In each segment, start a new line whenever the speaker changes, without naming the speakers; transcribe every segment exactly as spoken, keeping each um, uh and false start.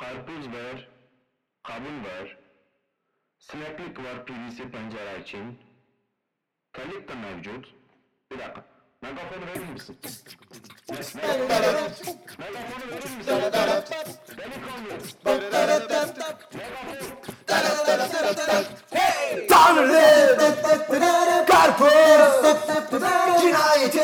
Karpuz var, kavun var, sineklik var P V C pencere için, telik de mevcut. Bir dakika, megafonu verir misin? Me megafonu, megafonu verir misin? Delikanlı, megafon.
Tanrı karpuz cinayeti.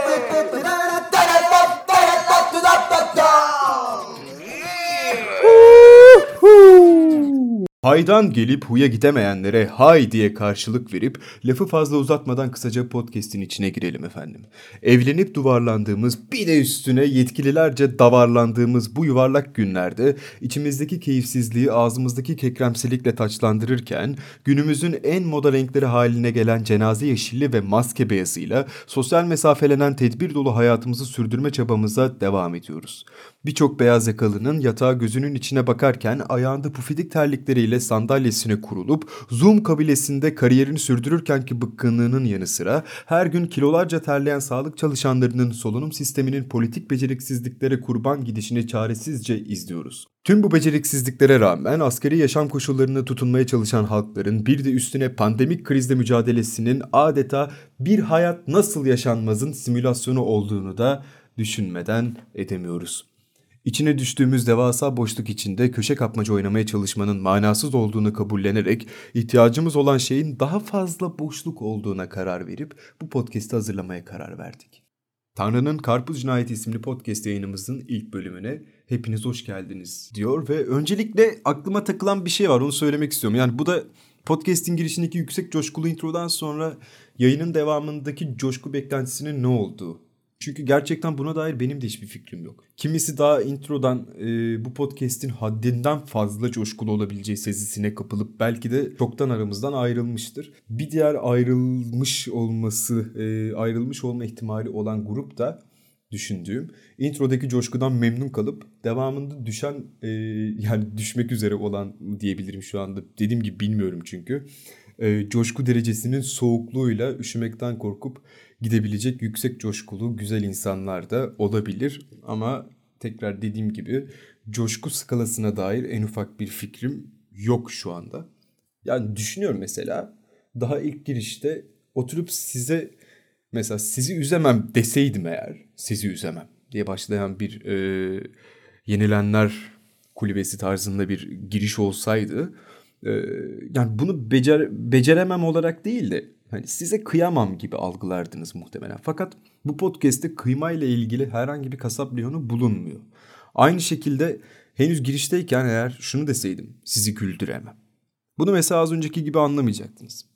Haydan gelip huya gidemeyenlere hay diye karşılık verip lafı fazla uzatmadan kısaca podcast'in içine girelim efendim. Evlenip duvarlandığımız, bir de üstüne yetkililerce davarlandığımız bu yuvarlak günlerde içimizdeki keyifsizliği ağzımızdaki kekremsilikle taçlandırırken günümüzün en moda renkleri haline gelen cenaze yeşilli ve maske beyazıyla sosyal mesafelenen tedbir dolu hayatımızı sürdürme çabamıza devam ediyoruz. Birçok beyaz yakalının yatağa gözünün içine bakarken ayağında pufidik terlikleriyle sandalyesine kurulup Zoom kabilesinde kariyerini sürdürürkenki bıkkınlığının yanı sıra her gün kilolarca terleyen sağlık çalışanlarının solunum sisteminin politik beceriksizliklere kurban gidişini çaresizce izliyoruz. Tüm bu beceriksizliklere rağmen asgari yaşam koşullarına tutunmaya çalışan halkların bir de üstüne pandemik krizle mücadelesinin adeta bir hayat nasıl yaşanmazın simülasyonu olduğunu da düşünmeden edemiyoruz. İçine düştüğümüz devasa boşluk içinde köşe kapmaca oynamaya çalışmanın manasız olduğunu kabullenerek ihtiyacımız olan şeyin daha fazla boşluk olduğuna karar verip bu podcast'ı hazırlamaya karar verdik. Tanrı'nın Karpuz Cinayeti isimli podcast yayınımızın ilk bölümüne hepiniz hoş geldiniz diyor ve öncelikle aklıma takılan bir şey var, onu söylemek istiyorum. Yani bu da podcast'in girişindeki yüksek coşkulu introdan sonra yayının devamındaki coşku beklentisinin ne olduğu. Çünkü gerçekten buna dair benim de hiçbir fikrim yok. Kimisi daha introdan e, bu podcast'in haddinden fazla coşkulu olabileceği sezisine kapılıp belki de çoktan aramızdan ayrılmıştır. Bir diğer ayrılmış olması, e, ayrılmış olma ihtimali olan grup da düşündüğüm introdaki coşkudan memnun kalıp devamında düşen e, yani düşmek üzere olan diyebilirim şu anda. Dediğim gibi bilmiyorum çünkü. E, coşku derecesinin soğukluğuyla üşümekten korkup gidebilecek yüksek coşkulu güzel insanlar da olabilir. Ama tekrar dediğim gibi coşku skalasına dair en ufak bir fikrim yok şu anda. Yani düşünüyorum mesela daha ilk girişte oturup size mesela sizi üzemem deseydim eğer, sizi üzemem diye başlayan bir e, yenilenler kulübesi tarzında bir giriş olsaydı, e, yani bunu becer beceremem olarak değil de hani size kıyamam gibi algılardınız muhtemelen. Fakat bu podcast'te kıymayla ilgili herhangi bir kasap reyonu bulunmuyor. Aynı şekilde henüz girişteyken eğer şunu deseydim, sizi güldüremem. Bunu mesela az önceki gibi anlamayacaktınız.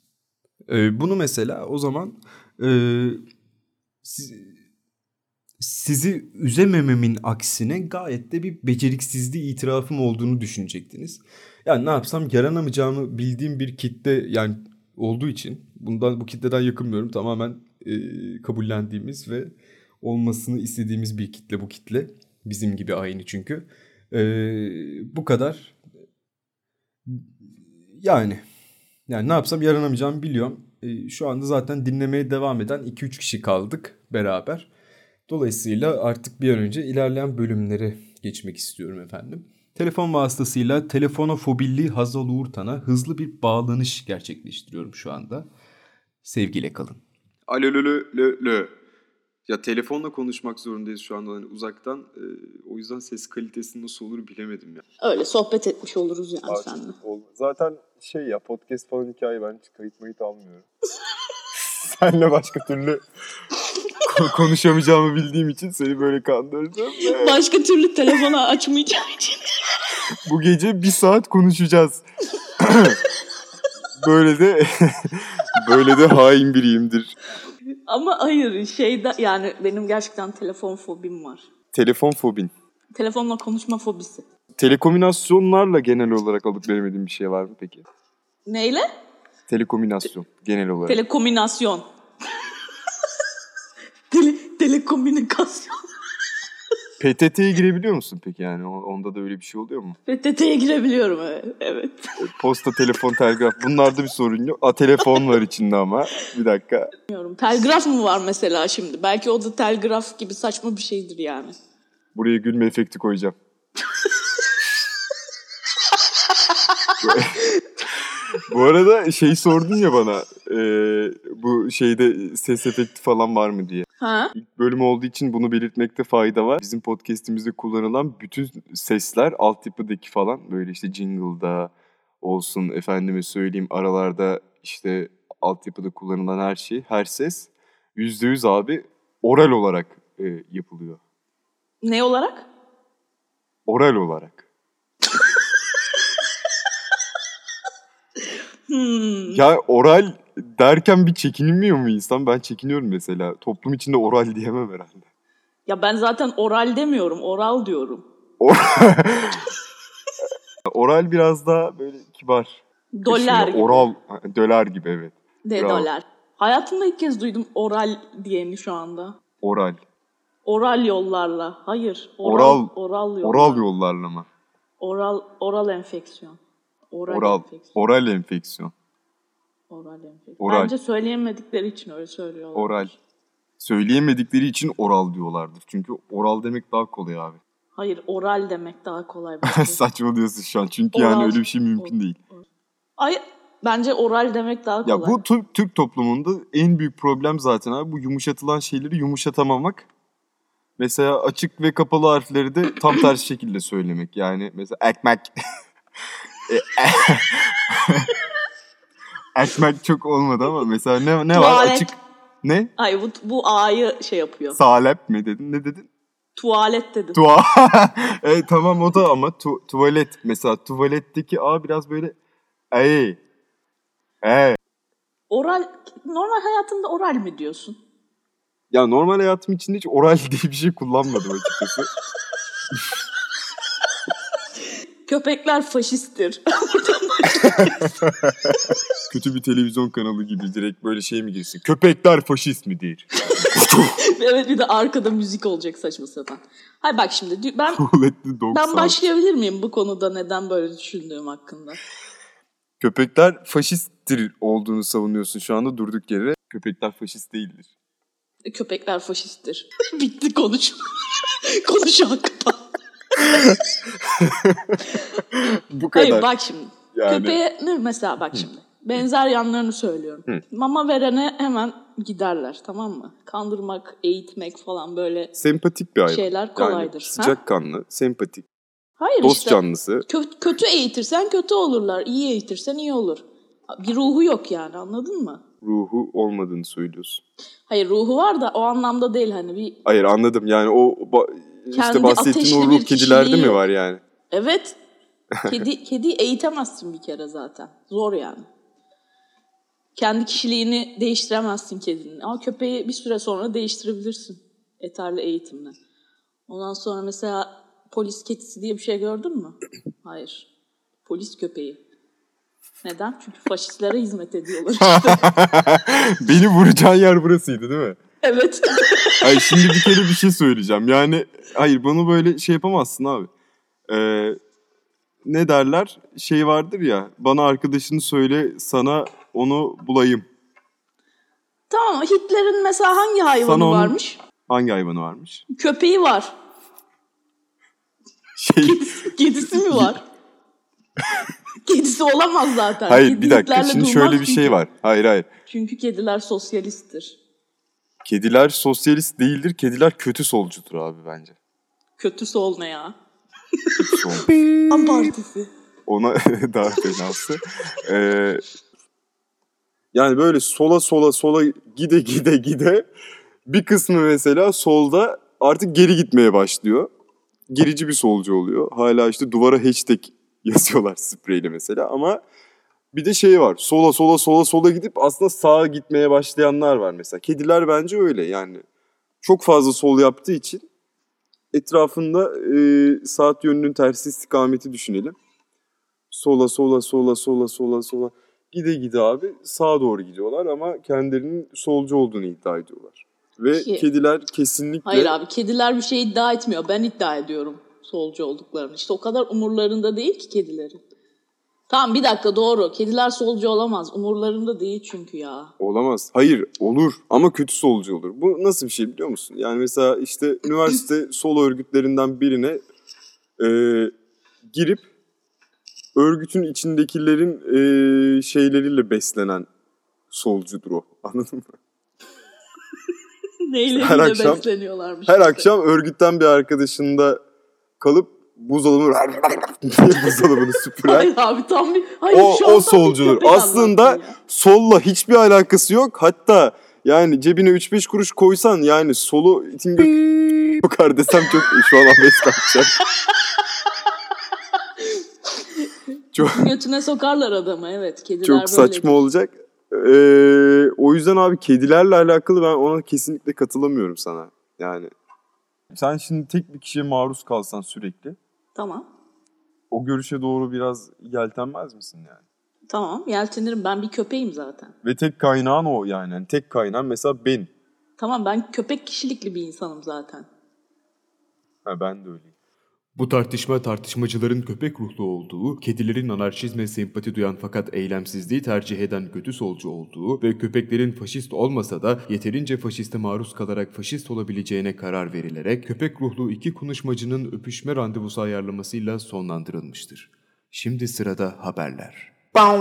Ee, bunu mesela o zaman e, siz, sizi üzemememin aksine gayet de bir beceriksizliği itirafım olduğunu düşünecektiniz. Yani ne yapsam yaranamayacağımı bildiğim bir kitle yani olduğu için bundan bu kitleden yakınmıyorum. Tamamen e, kabullendiğimiz ve olmasını istediğimiz bir kitle bu kitle. Bizim gibi aynı çünkü. E, bu kadar. Yani yani ne yapsam yaranamayacağımı biliyorum. E, şu anda zaten dinlemeye devam eden iki üç kişi kaldık beraber. Dolayısıyla artık bir an önce ilerleyen bölümlere geçmek istiyorum efendim. Telefon vasıtasıyla telefonofobilli Hazal Uğurtan'a hızlı bir bağlanış gerçekleştiriyorum şu anda. Sevgiyle kalın. Alo lö lö lö lö. Ya telefonla konuşmak zorundayız şu anda hani uzaktan. Ee, o yüzden ses kalitesi nasıl olur bilemedim ya.
Öyle sohbet etmiş oluruz yani
Artık
seninle.
olmaz. Zaten şey ya podcast falan hikaye ben hiç kayıt mayıt almıyorum. Seninle başka türlü konuşamayacağımı bildiğim için seni böyle kandırdım.
Başka türlü telefonu açmayacağım için.
Bu gece bir saat konuşacağız. böyle de böyle de hain biriyimdir.
Ama hayır şeyde yani benim gerçekten telefon fobim var.
Telefon fobin.
Telefonla konuşma fobisi.
Telekomünasyonlarla genel olarak alıp veremediğim bir şey var mı peki?
Neyle?
Telekomünasyon genel olarak.
Telekomünasyon. Tele, telekomünikasyon.
P T T'ye girebiliyor musun peki yani? Onda da öyle bir şey oluyor mu?
P T T'ye girebiliyorum evet.
Posta, telefon, telgraf. Bunlarda bir sorun yok. A telefon var içinde ama. Bir dakika.
Bilmiyorum. Telgraf mı var mesela şimdi? Belki o da telgraf gibi saçma bir şeydir yani.
Buraya gülme efekti koyacağım. Bu arada şey sordun ya bana e, bu şeyde ses efekti falan var mı diye.
Ha?
İlk bölüm olduğu için bunu belirtmekte fayda var. Bizim podcast'imizde kullanılan bütün sesler altyapıdaki falan böyle işte jingle'da olsun efendime söyleyeyim aralarda işte altyapıda kullanılan her şey, her ses yüzde yüz abi oral olarak e, yapılıyor.
Ne olarak?
Oral olarak.
Hmm.
Ya oral derken bir çekinmiyor mu insan? Ben çekiniyorum mesela. Toplum içinde oral diyemem herhalde.
Ya ben zaten oral demiyorum, oral diyorum.
Oral biraz daha böyle kibar.
Dolar
Şimdi
gibi.
oral, döler gibi evet.
De
Bravo.
dolar. Hayatımda ilk kez duydum oral diyeni şu anda.
Oral.
Oral yollarla. Hayır.
Oral,
Oral, oral yollarla.
oral yollarla mı?
Oral, oral enfeksiyon. Oral,
Oral,
enfeksiyon.
oral enfeksiyon.
Oral enfeksiyon.
Oral.
Bence söyleyemedikleri için öyle söylüyorlar.
Oral. Söyleyemedikleri için oral diyorlardır. Çünkü oral demek daha kolay abi.
Hayır, oral demek daha kolay bence.
Saçmalıyorsun şu an. Çünkü
Oral.
yani öyle bir şey mümkün
Oral.
değil.
Ay, bence oral demek daha kolay.
Ya bu Türk, Türk toplumunda en büyük problem zaten abi bu yumuşatılan şeyleri yumuşatamamak. Mesela açık ve kapalı harfleri de tam tersi şekilde söylemek. Yani mesela ekmek. Ekmek çok olmadı ama mesela ne ne var
Tuvalet.
açık ne?
Ay bu, bu A'yı şey yapıyor.
Salep mi dedin? Ne dedin?
Tuvalet dedim.
Tua. e, tamam o da ama tu, tuvalet. Mesela tuvaletteki A biraz böyle ey. Ey.
Oral, normal hayatında oral mi diyorsun?
Ya normal hayatım içinde hiç oral diye bir şey kullanmadım açıkçası.
Köpekler faşisttir.
Kötü bir televizyon kanalı gibi direkt böyle şey mi girsin? Köpekler faşist midir?
Evet, bir de arkada müzik olacak saçma sapan. Hayır bak şimdi ben
Tuvaletli dog
ben
sound.
başlayabilir miyim bu konuda neden böyle düşündüğüm hakkında?
Köpekler faşisttir olduğunu savunuyorsun şu anda durduk yere. Köpekler faşist değildir.
Köpekler faşisttir. Bitti konuş. Konuş hakkında.
Bu kadar.
Hayır bak şimdi.
Yani.
Köpeğe ne mesela bak şimdi. Benzer yanlarını söylüyorum.
Hı.
Mama verene hemen giderler, tamam mı? Kandırmak, eğitmek falan böyle
Sempatik bir hayvan.
şeyler kolaydır.
Yani sıcakkanlı, sempatik,
Hayır
dost
işte.
canlısı.
Kö- kötü eğitirsen kötü olurlar. İyi eğitirsen iyi olur. Bir ruhu yok yani, anladın mı?
Ruhu olmadığını söylüyorsun.
Hayır, ruhu var da o anlamda değil, hani bir
Hayır anladım yani o ba- işte
Kendi
bahsettiğin
ateşli
o
bir
ruh kedilerde
kişiliği
mi
yok.
var yani?
evet. Kedi kediyi eğitemezsin bir kere zaten. Zor yani. Kendi kişiliğini değiştiremezsin kedinin. Ama köpeği bir süre sonra değiştirebilirsin. Yeterli eğitimle. Ondan sonra mesela polis kedisi diye bir şey gördün mü? Hayır. Polis köpeği. Neden? Çünkü faşistlere hizmet ediyorlar işte.
Beni vuracağın yer burasıydı değil mi?
Evet.
Hayır şimdi bir kere bir şey söyleyeceğim. Yani hayır bunu böyle şey yapamazsın abi. Ee, ne derler? Şey vardır ya bana arkadaşını söyle sana onu bulayım.
Tamam, Hitler'in mesela hangi hayvanı
Sana onun-
varmış?
Hangi hayvanı varmış?
Köpeği var.
Şey
Kedisi mi var? Kedisi olamaz zaten.
hayır
Kedi
bir dakika
Hitler'le
şimdi
durmaz
şöyle bir
çünkü.
şey var. Hayır hayır.
Çünkü kediler sosyalisttir.
Kediler sosyalist değildir. Kediler kötü solcudur abi bence.
Kötü sol ne ya?
Sol.
Tam partisi.
Ona daha fenası. Ee, yani böyle sola sola sola gide gide gide bir kısmı mesela solda artık geri gitmeye başlıyor. Gerici bir solcu oluyor. Hala işte duvara hashtag yazıyorlar spreyle mesela ama bir de şey var. Sola sola sola sola gidip aslında sağa gitmeye başlayanlar var mesela. Kediler bence öyle yani. Çok fazla sol yaptığı için etrafında e, saat yönünün tersi istikameti düşünelim. Sola sola sola sola sola sola gide gide abi sağa doğru gidiyorlar ama kendilerinin solcu olduğunu iddia ediyorlar. Ve
Ki-
kediler kesinlikle...
Hayır abi, kediler bir şey iddia etmiyor. Ben iddia ediyorum solcu olduklarını. İşte o kadar umurlarında değil ki kedilerin. Tamam bir dakika, doğru. Kediler solcu olamaz. Umurlarında değil çünkü ya.
Olamaz. Hayır olur ama kötü solcu olur. Bu nasıl bir şey biliyor musun? Yani mesela işte üniversite sol örgütlerinden birine e, girip örgütün içindekilerin e, şeyleriyle beslenen solcudur o. Anladın mı?
Neyle
Her
bile
akşam-
besleniyorlarmış.
Her
işte.
akşam örgütten bir arkadaşında kalıp buzdolabını buzdolabını süpüren
Hayır abi tam bir... Hayır,
o,
şu
o
an tam bir
solcudur.
köpek
Aslında
anlattın ya.
solla hiçbir alakası yok. Hatta yani cebine üç beş kuruş koysan yani solu itin gö- bakar desem çok şu an abes kalkacak. Çok,
Götüne sokarlar adamı, evet. Kediler
çok
böyle.
saçma olacak. Ee, o yüzden abi kedilerle alakalı ben ona kesinlikle katılamıyorum sana. Yani sen şimdi tek bir kişiye maruz kalsan sürekli
Tamam.
o görüşe doğru biraz yeltenmez misin yani?
Tamam, yeltenirim. Ben bir köpeğim zaten.
Ve tek kaynağın o yani. yani tek kaynağın mesela ben.
Tamam, ben köpek kişilikli bir insanım zaten.
Ha, ben de öyleyim.
Bu tartışma tartışmacıların köpek ruhlu olduğu, kedilerin anarşizme sempati duyan fakat eylemsizliği tercih eden kötü solcu olduğu ve köpeklerin faşist olmasa da yeterince faşiste maruz kalarak faşist olabileceğine karar verilerek köpek ruhlu iki konuşmacının öpüşme randevusu ayarlamasıyla sonlandırılmıştır. Şimdi sırada haberler.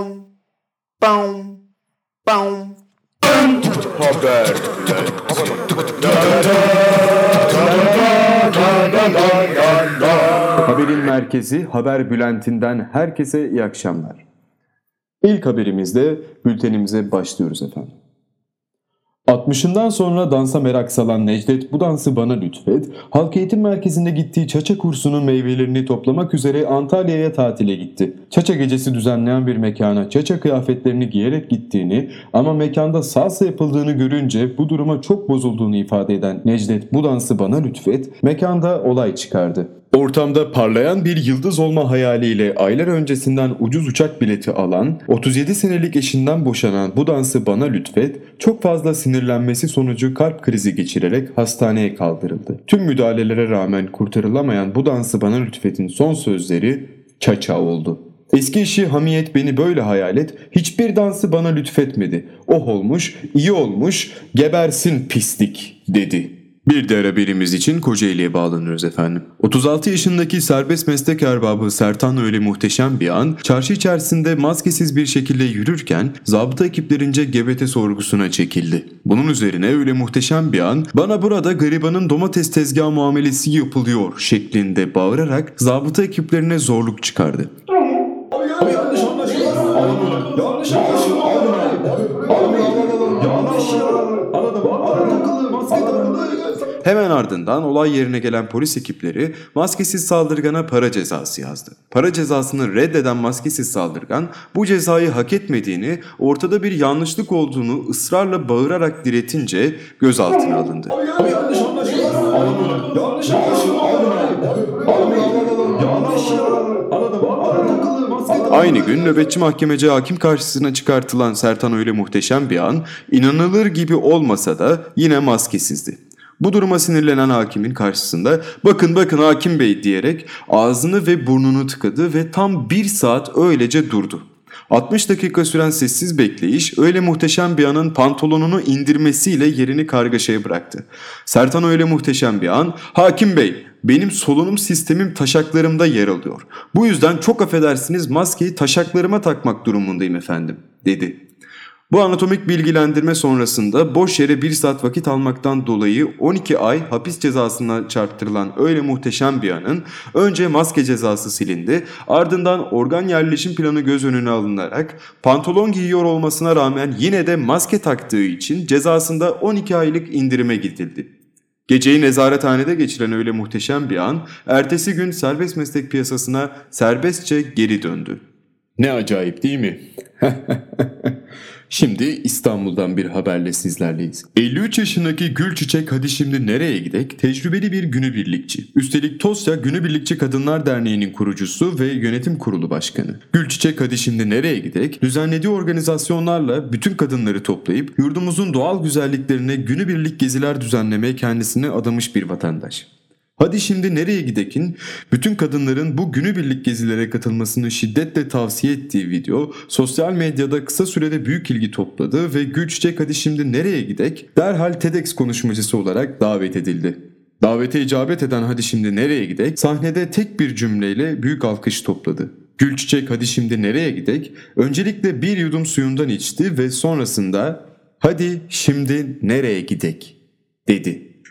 Haberin merkezi Haber Bülent'inden herkese iyi akşamlar. İlk haberimizde bültenimize başlıyoruz efendim. altmışından sonra dansa merak salan Necdet bu dansı bana lütfet, halk eğitim merkezinde gittiği çaça kursunun meyvelerini toplamak üzere Antalya'ya tatile gitti. Çaça gecesi düzenleyen bir mekana çaça kıyafetlerini giyerek gittiğini ama mekanda salsa yapıldığını görünce bu duruma çok bozulduğunu ifade eden Necdet bu dansı bana lütfet, mekanda olay çıkardı. Ortamda parlayan bir yıldız olma hayaliyle aylar öncesinden ucuz uçak bileti alan, otuz yedi senelik eşinden boşanan bu dansı bana lütfet, çok fazla sinirlenmesi sonucu kalp krizi geçirerek hastaneye kaldırıldı. Tüm müdahalelere rağmen kurtarılamayan bu dansı bana lütfetin son sözleri çaça oldu. Eski eşi Hamiyet beni böyle hayal et, hiçbir dansı bana lütfetmedi. Oh olmuş, iyi olmuş, gebersin pislik dedi. Bir diğer haberimiz için Kocaeli'ye bağlanıyoruz efendim. otuz altı yaşındaki serbest meslek erbabı Sertan öyle muhteşem bir an, çarşı içerisinde maskesiz bir şekilde yürürken zabıta ekiplerince G B T sorgusuna çekildi. Bunun üzerine öyle muhteşem bir an, bana burada garibanın domates tezgahı muamelesi yapılıyor şeklinde bağırarak zabıta ekiplerine zorluk çıkardı.
Abi yanlış anlaşılıyor. Yanlış anlaşılıyor. Yanlış takılı, maske takılı.
Hemen ardından olay yerine gelen polis ekipleri maskesiz saldırgana para cezası yazdı. Para cezasını reddeden maskesiz saldırgan bu cezayı hak etmediğini, ortada bir yanlışlık olduğunu ısrarla bağırarak diretince gözaltına alındı.
Abi yanlış anlaşılıyor. Yanlış anlaşılıyor. Yanlış takılı, maske takılı.
Aynı gün nöbetçi mahkemeci hakim karşısına çıkartılan Sertan öyle muhteşem bir an, inanılır gibi olmasa da yine maskesizdi. Bu duruma sinirlenen hakimin karşısında bakın bakın hakim bey diyerek ağzını ve burnunu tıkadı ve tam bir saat öylece durdu. altmış dakika süren sessiz bekleyiş öyle muhteşem bir anın pantolonunu indirmesiyle yerini kargaşaya bıraktı. Sertan öyle muhteşem bir an, hakim bey benim solunum sistemim taşaklarımda yer alıyor. Bu yüzden çok affedersiniz maskeyi taşaklarıma takmak durumundayım efendim dedi. Bu anatomik bilgilendirme sonrasında boş yere bir saat vakit almaktan dolayı on iki ay hapis cezasına çarptırılan öyle muhteşem bir anın önce maske cezası silindi, ardından organ yerleşim planı göz önüne alınarak pantolon giyiyor olmasına rağmen yine de maske taktığı için cezasında on iki aylık indirime gidildi. Geceyi nezarethanede geçiren öyle muhteşem bir an, ertesi gün serbest meslek piyasasına serbestçe geri döndü. Ne acayip değil mi? Şimdi İstanbul'dan bir haberle sizlerleyiz. elli üç yaşındaki Gülçiçek hadi şimdi nereye gidek? Tecrübeli bir günübirlikçi. Üstelik TOSYA Günübirlikçi Kadınlar Derneği'nin kurucusu ve yönetim kurulu başkanı. Gülçiçek hadi şimdi nereye gidek? Düzenlediği organizasyonlarla bütün kadınları toplayıp yurdumuzun doğal güzelliklerine günübirlik geziler düzenlemeye kendisini adamış bir vatandaş. Hadi şimdi nereye gidekin? Bütün kadınların bu günübirlik gezilere katılmasını şiddetle tavsiye ettiği video sosyal medyada kısa sürede büyük ilgi topladı ve Gülçiçek hadi şimdi nereye gidek? Derhal TEDx konuşmacısı olarak davet edildi. Davete icabet eden hadi şimdi nereye gidek? Sahnede tek bir cümleyle büyük alkış topladı. Gülçiçek hadi şimdi nereye gidek? Öncelikle bir yudum suyundan içti ve sonrasında hadi şimdi nereye gidek dedi.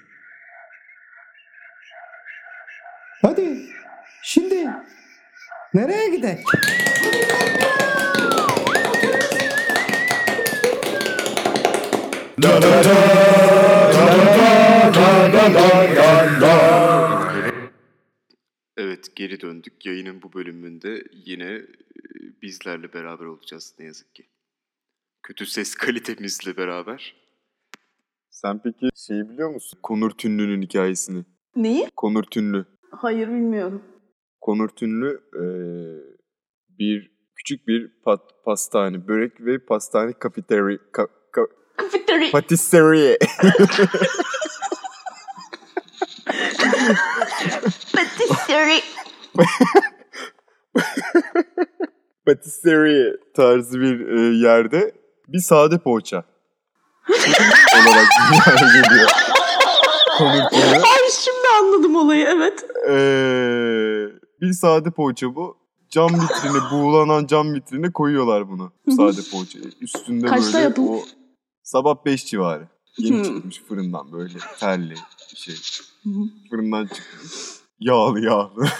Hadi şimdi nereye gidelim?
Evet, geri döndük. Yayının bu bölümünde yine e, bizlerle beraber olacağız ne yazık ki. Kötü ses kalitemizle beraber.
Sen peki şeyi biliyor musun? Konur Tünlü'nün hikayesini.
Neyi?
Konur Tünlü.
Hayır bilmiyorum.
Konur Tünlü eee, bir küçük bir pat, pastane, börek ve pastane kafeteri, ka, ka,
Kafeteri.
patisserie.
Patisserie.
Patisserie tarzı bir e, yerde bir sade poğaça olarak dünyaya geliyor. Konur Tünlü.
Ay şimdi anladım olayı, evet.
Eee, bir sade poğaça bu. Cam vitrine, buğulanan cam vitrine koyuyorlar bunu. Sade poğaçayı. Üstünde
Kaçta
böyle
yapıldı?
o sabah beş civarı. Yeni
Hmm.
çıkmış fırından böyle terli bir şey. Fırından çıkmış. Yağlı yağlı.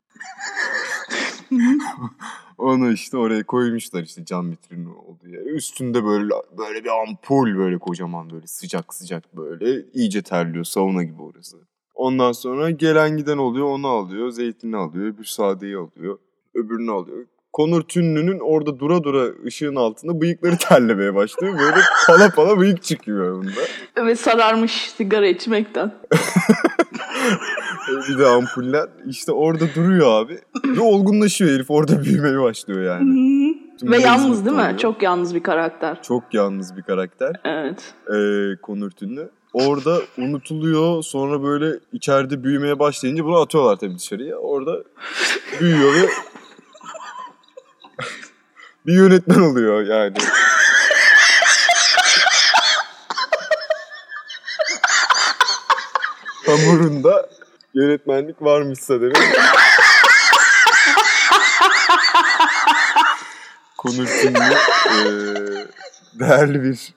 Onu işte oraya koymuşlar işte cam vitrinin olduğu yere. Üstünde böyle böyle bir ampul böyle kocaman böyle sıcak sıcak böyle. İyice terliyor, sauna gibi orası. Ondan sonra gelen giden oluyor, onu alıyor, zeytini alıyor, öbür sadeyi alıyor, öbürünü alıyor. Konur Tünlü'nün orada dura dura ışığın altında bıyıkları terlemeye başlıyor. Böyle pala pala bıyık çıkıyor bunda.
Evet, sararmış sigara içmekten.
Bir de ampuller. İşte orada duruyor abi. Ve olgunlaşıyor herif. Orada büyümeye başlıyor yani. Tüm
Ve
bu
yalnız
hizmet
değil mi?
oluyor.
Çok yalnız bir karakter.
Çok yalnız bir karakter.
Evet.
Ee, Konur Tünlü. Orada unutuluyor. Sonra böyle içeride büyümeye başlayınca bunu atıyorlar tabii dışarıya. Orada büyüyor ve bir yönetmen oluyor yani. Hamurunda yönetmenlik varmışsa demek. Konur Tünlü eee, değerli bir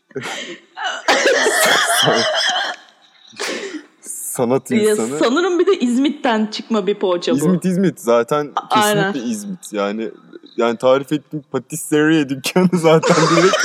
sanat
Ya,
insanı.
sanırım bir de İzmit'ten çıkma bir poğaça bu.
İzmit İzmit zaten kesinlikle
Aynen.
İzmit. Yani yani tarif ettiğim patisserie dükkanı zaten direkt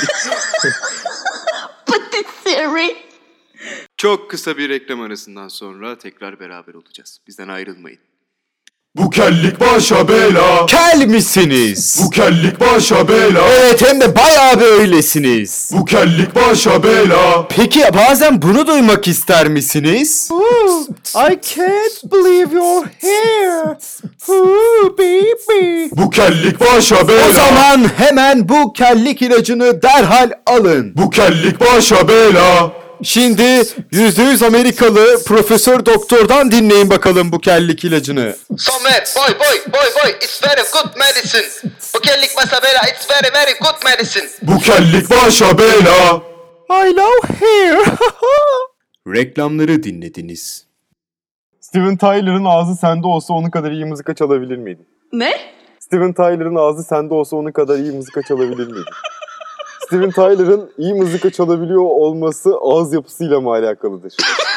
Patisserie.
Çok kısa bir reklam arasından sonra tekrar beraber olacağız. Bizden ayrılmayın.
Bu kellik başa bela.
Kel misiniz?
Bu kellik başa bela.
Evet, hem de bayağı bir öylesiniz.
Bu kellik başa bela.
Peki bazen bunu duymak ister misiniz? I can't believe you're here. Ooh, baby.
Bu kellik başa bela.
O zaman hemen bu kellik ilacını derhal alın.
Bu kellik başa bela.
Şimdi yüzde yüz Amerikalı Profesör Doktor'dan dinleyin bakalım bu kellik ilacını.
Somer, boy, boy, boy, boy, it's very good medicine. Bu kellik masabela, it's very, very good medicine.
Bu kellik başa bela.
I love hair. Reklamları dinlediniz.
Steven Tyler'ın ağzı sende olsa onun kadar iyi mızıka çalabilir miydin?
Ne?
Steven Tyler'ın ağzı sende olsa onun kadar iyi mızıka çalabilir miydin? Steven Tyler'ın iyi mızıka çalabiliyor olması ağız yapısıyla mı alakalıdır?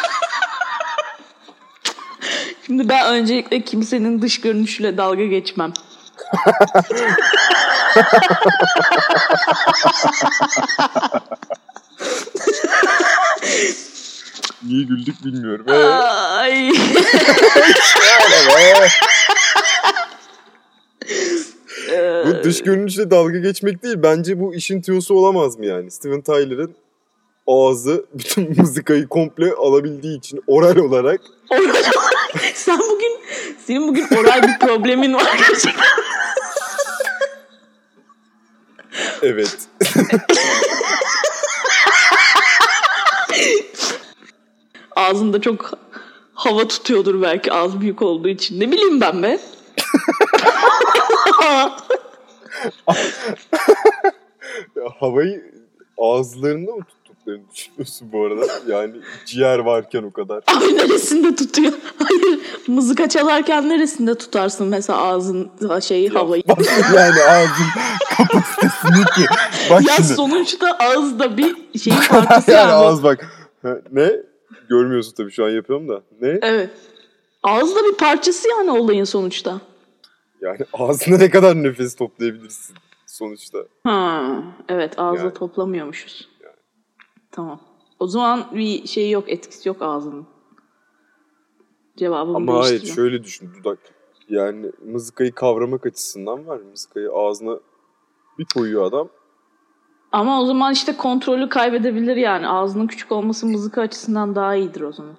Şimdi ben öncelikle kimsenin dış görünüşüyle dalga geçmem.
Niye güldük bilmiyorum. Ee,
Ay.
bu dış görünüşle dalga geçmek değil. Bence bu işin tüyosu olamaz mı yani? Steven Tyler'ın ağzı bütün mızıkayı komple alabildiği için oral olarak.
Sen bugün, senin bugün oral bir problemin var gerçekten.
Evet.
Ağzında çok hava tutuyordur belki, ağız büyük olduğu için. Ne bileyim ben be.
Ya, havayı ağızlarında mı tuttuk? tuttuklarını düşünüyorsun bu arada? Yani ciğer varken o kadar.
Ay neresinde tutuyor? Hayır. Mızıka çalarken neresinde tutarsın mesela ağzın şeyi havayı?
Bak yani ağzın kapasitesini ki. Bak
Ya
şimdi.
sonuçta ağızda bir şeyin parçası
yani
yani.
ağız bak. Ha, ne? Görmüyorsun tabii şu an yapıyorum da. Ne?
Evet. Ağızda bir parçası yani olayın sonuçta.
Yani ağzına ne kadar nefes toplayabilirsin sonuçta.
Ha, evet ağızda
Yani.
toplamıyormuşuz. Tamam. O zaman bir şey yok, etkisi yok ağzının. Cevabımı
Ama hayır
değiştiriyorum.
şöyle düşün dudak. Yani mızıkayı kavramak açısından var. Mızıkayı ağzına bir koyuyor adam.
Ama o zaman işte kontrolü kaybedebilir yani. Ağzının küçük olması mızıka açısından daha iyidir o zaman.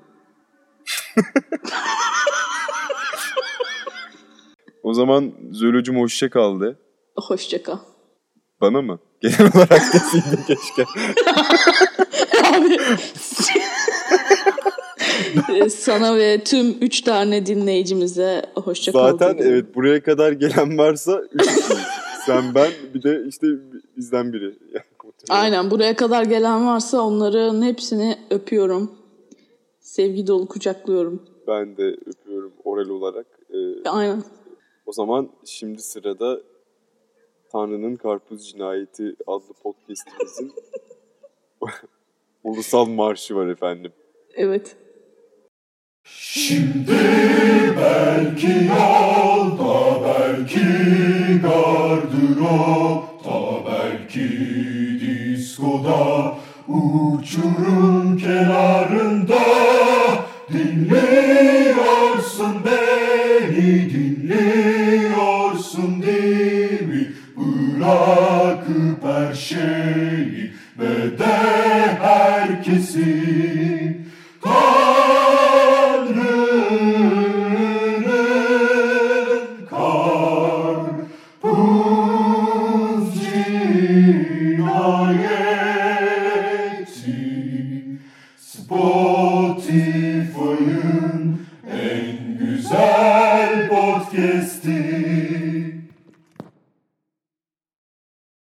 O zaman zoolojim hoşça kaldı.
Hoşça kal.
Bana mı? Genel olarak deseydin keşke.
Abi sana ve tüm üç tane dinleyicimize hoşça kal.
Zaten
diyorum.
evet buraya kadar gelen varsa üç kişi. Sen, ben bir de işte bizden biri.
Aynen buraya kadar gelen varsa onların hepsini öpüyorum. Sevgi dolu kucaklıyorum.
Ben de öpüyorum oral olarak. Ee,
Aynen.
o zaman şimdi sırada Tanrı'nın Karpuz Cinayeti adlı podcastimizin ulusal marşı var efendim.
Evet.
Şimdi belki yolda, belki gardıropta, belki diskoda, uçurum kenarında dinliyorsun beni, dinliyorsun değil mi? Bırakıp her şeyi ve de herkesi Tanrı'nın karpuz cinayeti Spotify'ın en güzel podcast'i